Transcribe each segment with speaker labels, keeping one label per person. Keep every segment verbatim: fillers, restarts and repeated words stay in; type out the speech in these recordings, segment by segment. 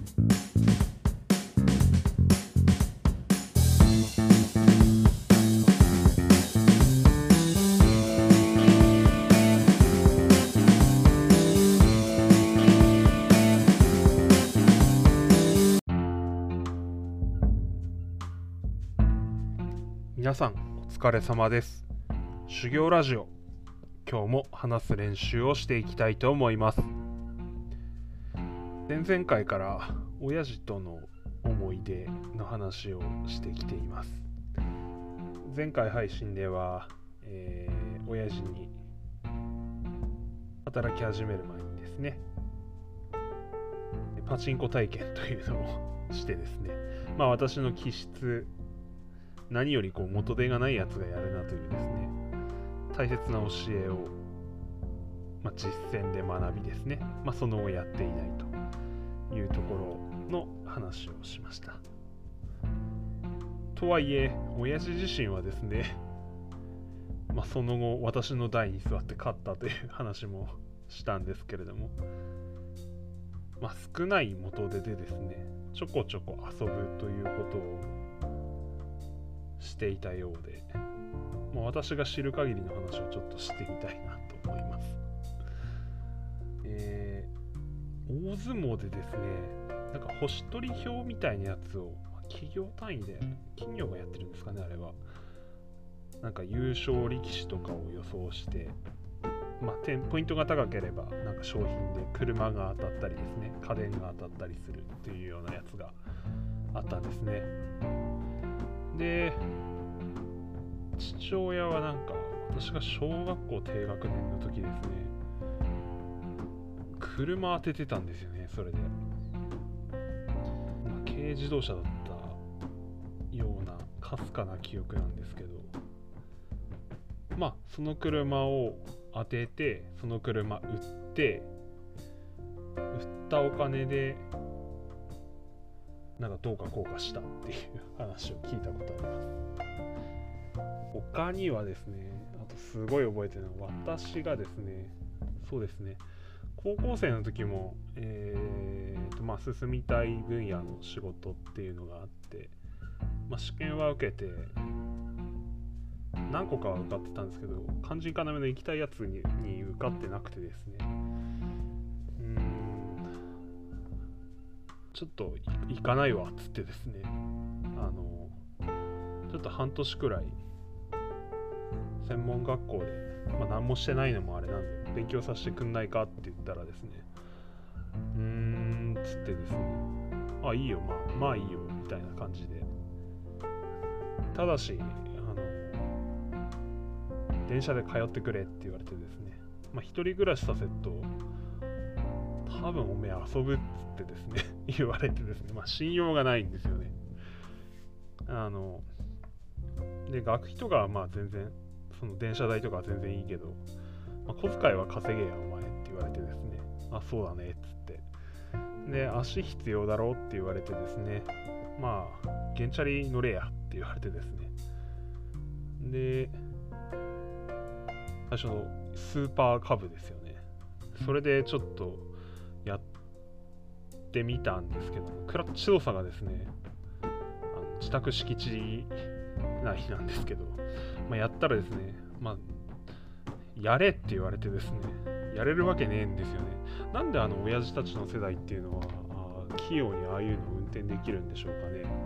Speaker 1: 皆さんお疲れ様です。修行ラジオ、今日も話す練習をしていきたいと思います。前々回から親父との思い出の話をしてきています。前回配信では、えー、親父に働き始める前にですね、パチンコ体験というのをしてですね、まあ私の気質、何よりこう元手がないやつがやるなというですね、大切な教えを、まあ、実践で学びですね、まあ、その後やっていないというところの話をしました。とはいえ親父自身はですね、まあ、その後私の台に座って勝ったという話もしたんですけれども、まあ、少ない元手でですねちょこちょこ遊ぶということをしていたようで、まあ、私が知る限りの話をちょっとしてみたいなと思います。えー、大相撲でですね、なんか星取り表みたいなやつを企業単位で企業がやってるんですかね、あれは。なんか優勝力士とかを予想して、まあ、点ポイントが高ければなんか商品で車が当たったりですね、家電が当たったりするっていうようなやつがあったんですね。で、父親はなんか私が小学校低学年の時ですね、車当ててたんですよね。それで、まあ、軽自動車だったようなかすかな記憶なんですけど、まあその車を当てて、その車売って売ったお金でなんかどうかこうかしたっていう話を聞いたことあります。他にはですね、あとすごい覚えてるのは、私がですね、そうですね、高校生の時も、えーとまあ、進みたい分野の仕事っていうのがあって、まあ、試験は受けて何個かは受かってたんですけど、肝心要の行きたいやつに、に受かってなくてですね、うーんちょっと行かないわっつってですね、あのちょっと半年くらい専門学校で、まあ、何もしてないのもあれなんで勉強させてくんないかって言ったらですね、うーんつってですね、あいいよ、まあまあいいよみたいな感じで、ただしあの電車で通ってくれって言われてですね、まあ一人暮らしさせると多分おめえ遊ぶっつってですね言われてですね、まあ信用がないんですよね。あので学費とかはまあ全然、その電車代とかは全然いいけど、まあ、小遣いは稼げやお前って言われてですね、あそうだねっつって、で足必要だろうって言われてですね、まあゲンチャリ乗れやって言われてですね、で最初のスーパーカブですよね、それでちょっとやってみたんですけど、クラッチ動作がですね、あの自宅敷地内なんですけど、まあ、やったらですね、まあやれって言われてですね、やれるわけねえんですよね。なんであの親父たちの世代っていうのはあ器用にああいうのを運転できるんでしょうかね。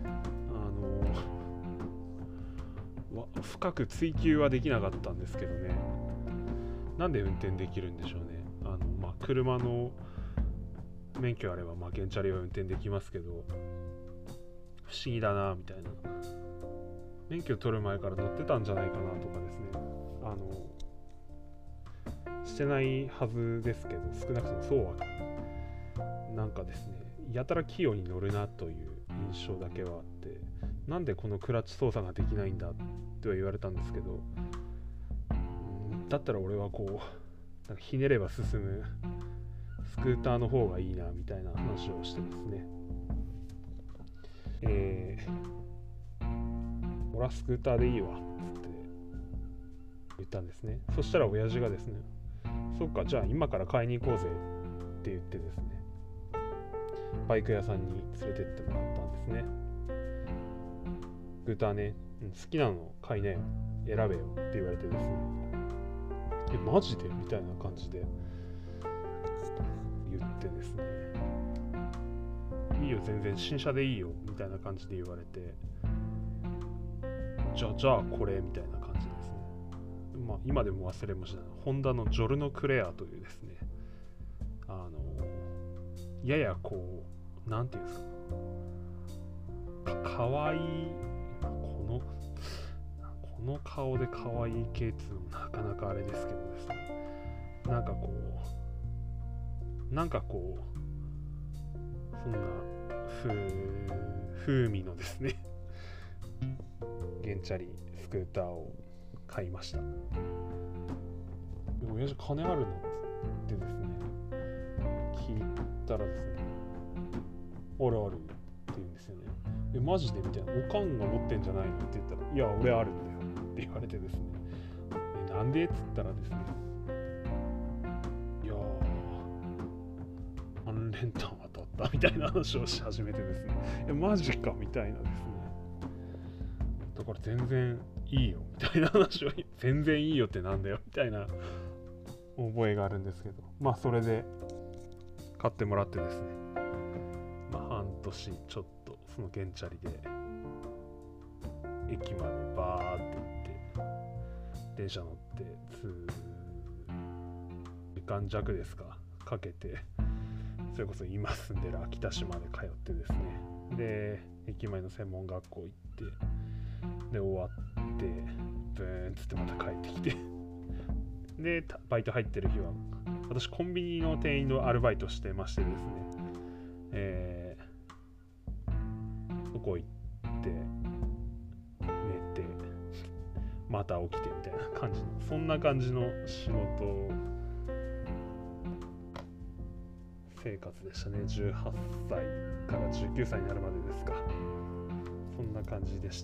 Speaker 1: あの深く追求はできなかったんですけどね、なんで運転できるんでしょうね。あの、まあ、車の免許あれば、まあ、ゲンチャリは運転できますけど、不思議だなみたいな。免許取る前から乗ってたんじゃないかなとかですね、あのしてないはずですけど、少なくともそうはなんかですね、やたら器用に乗るなという印象だけはあって、なんでこのクラッチ操作ができないんだっては言われたんですけど、だったら俺はこうなんかひねれば進むスクーターの方がいいなみたいな話をしてですね、えー、俺はスクーターでいいわって言ったんですね。そしたら親父がですね、そっかじゃあ今から買いに行こうぜって言ってですね、 バイク屋さんに連れてってもらったんですね。スクーターね、うん、好きなの買いなよ、選べよって言われてですね、えマジでみたいな感じで言ってですね、いいよ全然新車でいいよみたいな感じで言われて、じゃあじゃあこれみたいな感じですね。まあ今でも忘れもしないホンダのジョルノクレアというですね、あのややこうなんていうんですか、かかわいいこのこの顔で可愛い系っていうのもなかなかあれですけどですね、なんかこうなんかこうそんな風風味のですねゲンチャリスクーターを買いました。親父金あるのってですね聞いたらですね、あるあるって言うんですよね。えマジでみたいな、おかんが持ってんじゃないのって言ったら、いや俺あるんだよって言われてですね、えなんでっつったらですね、いやー何連単当たったみたいな話をし始めてですね、えマジかみたいなですね、だから全然いいよみたいな話を全然いいよってなんだよみたいな覚えがあるんですけど、まあそれで買ってもらってですね、まあ半年ちょっとそのゲンチャリで駅までバーって行って電車乗ってにじかん弱ですかかけて、それこそ今住んでる秋田市まで通ってですね、で駅前の専門学校行ってで終わってブーンっつってまた帰ってきてでバイト入ってる日は私コンビニの店員のアルバイトしてましてですね、えー、そこ行って寝てまた起きてみたいな感じの、そんな感じの仕事生活でしたね。じゅうはっさいからじゅうきゅうさいになるまでですか、そんな感じでした。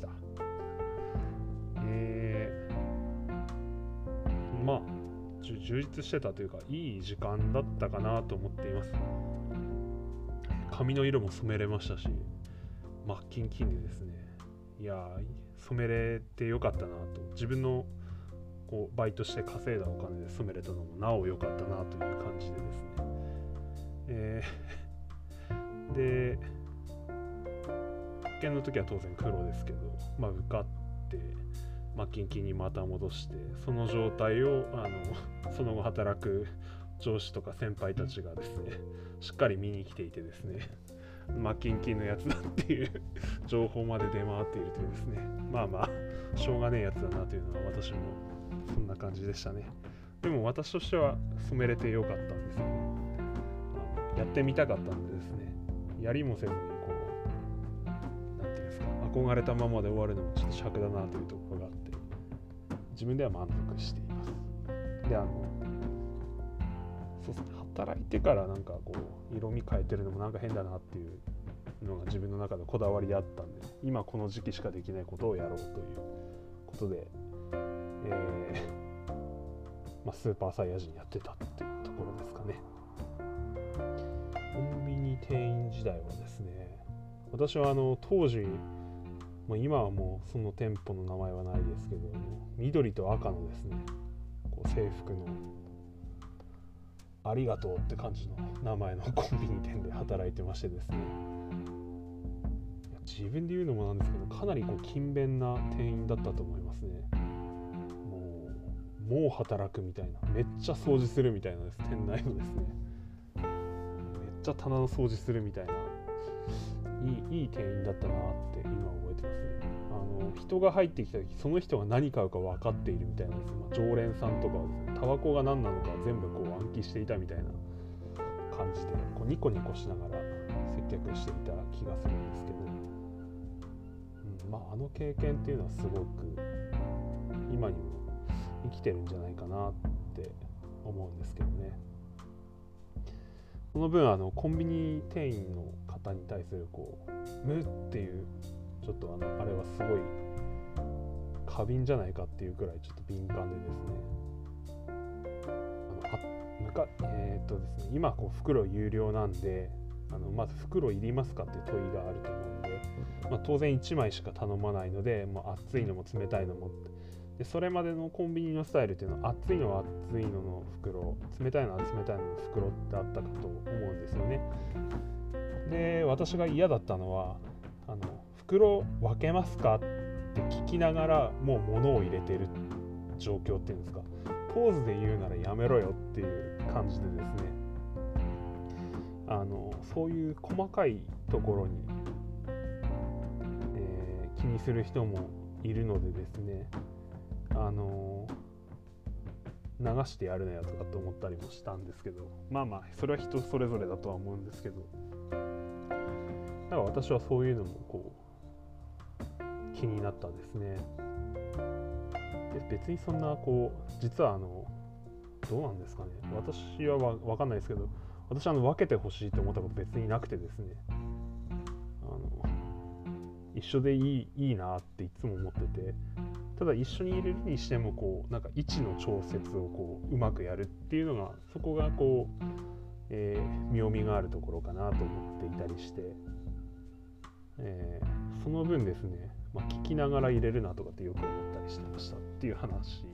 Speaker 1: えー、まあ充実してたというかいい時間だったかなと思っています。髪の色も染めれましたし、真っキンキンでですね、いや染めれてよかったなと、自分のこうバイトして稼いだお金で染めれたのもなお良かったなという感じでですね、えー、で受験の時は当然黒ですけど、まあ受かってまあ、キンキンにまた戻して、その状態をあのその後働く上司とか先輩たちがですねしっかり見に来ていてですね、まあキンキンのやつだっていう情報まで出回っているというですね、まあまあしょうがねえやつだなというのは私もそんな感じでしたね。でも私としては染めれてよかったんですよね。あのやってみたかったんでですね、やりもせずにこうなんていうんですか、憧れたままで終わるのもちょっと尺だなというところがあって、自分では満足しています。で、あのそうですね、働いてからなんかこう色味変えてるのもなんか変だなっていうのが自分の中でこだわりであったんで、今この時期しかできないことをやろうということで、えーまあ、スーパーサイヤ人やってたっていうところですかね。コンビニ店員時代はですね、私はあの当時、まあ、今はもうその店舗の名前はないですけど、緑と赤のですねこう制服のありがとうって感じの名前のコンビニ店で働いてましてですね、自分で言うのもなんですけど、かなりこう勤勉な店員だったと思いますね。もうもう働くみたいな、めっちゃ掃除するみたいなです、店内のですね、めっちゃ棚の掃除するみたいな、いい、いい店員だったなって今覚えてますね。あの人が入ってきた時、その人が何買うか分かっているみたいなですね、まあ、常連さんとかはですね、タバコが何なのか全部こう暗記していたみたいな感じで、こうニコニコしながら接客していた気がするんですけど、うん、まああの経験っていうのはすごく今にも生きてるんじゃないかなって思うんですけどね。その分あのコンビニ店員の方に対するこうムっていうちょっとあのあれはすごい過敏じゃないかっていうくらいちょっと敏感でですね、あのあむかえー、っとですね今こう袋有料なんであのまず袋いりますかっていう問いがあると思うんで、まあ、当然いちまいしか頼まないので、まあ、熱いのも冷たいのもで、それまでのコンビニのスタイルっていうのは熱いのは熱いのの袋、冷たいのは冷たいのの袋ってあったかと思うんですよね。で、私が嫌だったのはあの袋分けますかって聞きながらもう物を入れてる状況っていうんですか、ポーズで言うならやめろよっていう感じでですね、あのそういう細かいところに、えー、気にする人もいるのでですね、あの流してやるなよとかって思ったりもしたんですけど、まあまあそれは人それぞれだとは思うんですけど、だから私はそういうのもこう気になったんですね。で、別にそんなこう実はあのどうなんですかね、私はわ分かんないですけど、私はあの分けてほしいと思ったこと別になくてですね、あの一緒でいい、いいなっていつも思ってて、ただ一緒に入れるにしてもこうなんか位置の調節をこううまくやるっていうのが、そこがこう、えー、妙味があるところかなと思っていたりして、えー、その分ですね、まあ、聞きながら入れるなとかってよく思ったりしてましたっていう話ですね。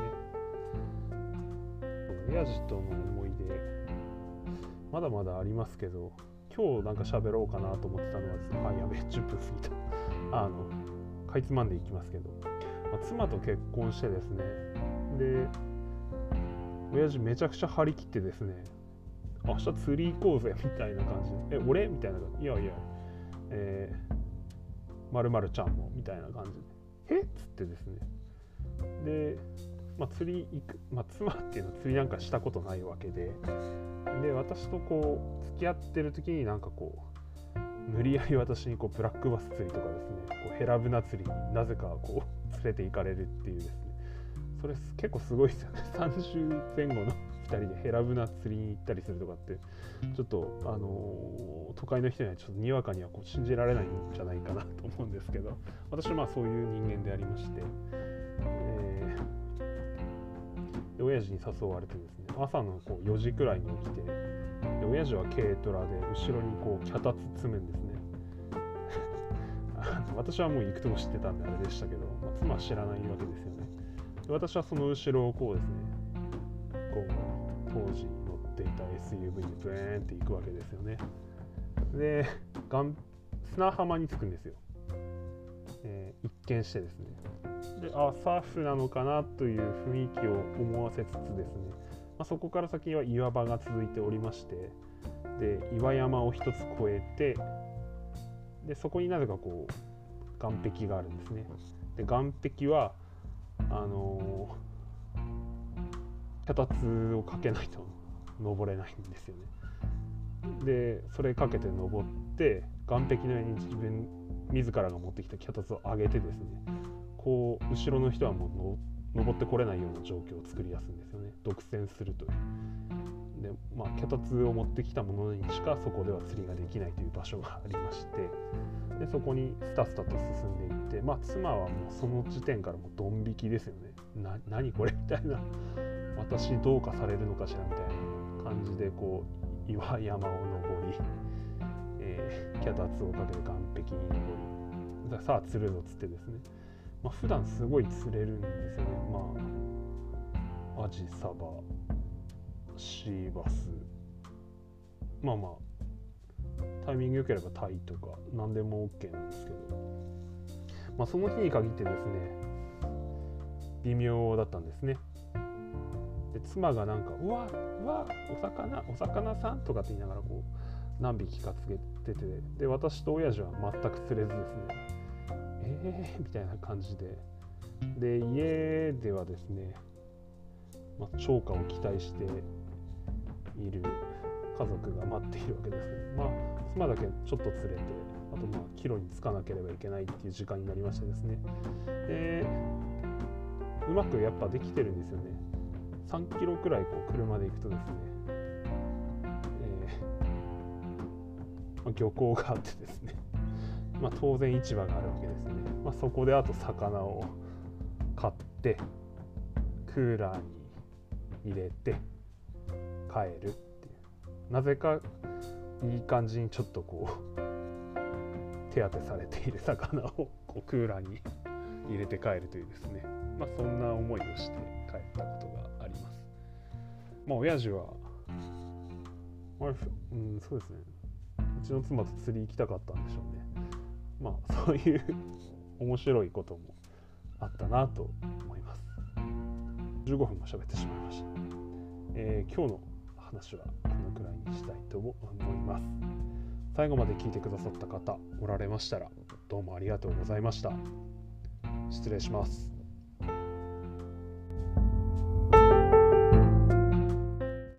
Speaker 1: 親父との思い出まだまだありますけど、今日なんか喋ろうかなと思ってたのはですね、あ、やべえ、じゅっぷん過ぎた。あの、かいつまんでいきますけど、まあ、妻と結婚してですね、で、親父めちゃくちゃ張り切ってですね、明日釣り行こうぜみたいな感じで、え、俺みたいな感じで、いやいや、えー、〇〇ちゃんもみたいな感じで、えっつってですね、で、まあ、釣り行く、まあ、妻っていうのは釣りなんかしたことないわけで、で、私とこう付き合ってる時になんかこう無理やり私にこうブラックバス釣りとかですね、こうヘラブナ釣りになぜかこう連れて行かれるっていうですね、それ結構すごいですよね。さんじゅうぜん後のふたりでヘラブナ釣りに行ったりするとかってちょっとあのー、都会の人にはちょっとにわかにはこう信じられないんじゃないかなと思うんですけど、私はまあそういう人間でありまして、えー、で親父に誘われてですね、朝のこうよじくらいに起きて、で親父は軽トラで後ろにこう脚立積むんですね。私はもう行くとこ知ってたんであれでしたけど、まあ、妻は知らないわけですよね。で私はその後ろをこうですね、こう当時乗っていた エスユーブイ にブーンって行くわけですよね。で、砂浜に着くんですよ。えー、一見してですね。で、あ、サーフなのかなという雰囲気を思わせつつですね、まあ、そこから先は岩場が続いておりまして、で岩山を一つ越えて、でそこになぜかこう岸壁があるんですね。で岸壁はあのー、脚立をかけないと登れないんですよね。でそれかけて登って岸壁の上に自分自らが持ってきた脚立を上げてですね、こう後ろの人はもうの登ってこれないような状況を作り出すんですよね。独占するという。で、まあ、脚立を持ってきたものにしかそこでは釣りができないという場所がありまして、でそこにスタスタと進んでいって、まあ、妻はもうその時点からもうドン引きですよね。な何これみたいな、私どうかされるのかしらみたいな感じでこう岩山を登り、えー、脚立をかけて岸壁に登り、さあ釣るぞっつってですね、まあ、普段すごい釣れるんですよね。まあアジ、サバ、シーバス、まあまあタイミング良ければタイとか何でも OK なんですけど、まあ、その日に限ってですね微妙だったんですね。で妻がなんかうわうわお魚お魚さんとかって言いながらこう何匹かつけてて、で私と親父は全く釣れずですね、えーみたいな感じで、で家ではですね、まあ、釣果を期待している家族が待っているわけですけど、まあ妻だけちょっと釣れて、あとまあ帰路につかなければいけないっていう時間になりましてですね、でうまくやっぱできてるんですよね。さんキロくらいこう車で行くとですね、えーまあ、漁港があってですね、まあ、当然市場があるわけですね。まあ、そこであと魚を買ってクーラーに入れて帰るっていう。なぜかいい感じにちょっとこう手当てされている魚をこうクーラーに入れて帰るというですね、まあ、そんな思いをして帰ったことがあります。まあ親父はあれ、うん、そうですね、うちの妻と釣り行きたかったんでしょうね。まあそういう面白いこともあったなと思います。じゅうごふんも喋ってしまいました。えー、今日の話はこのくらいにしたいと思います。最後まで聞いてくださった方おられましたらどうもありがとうございました。失礼します。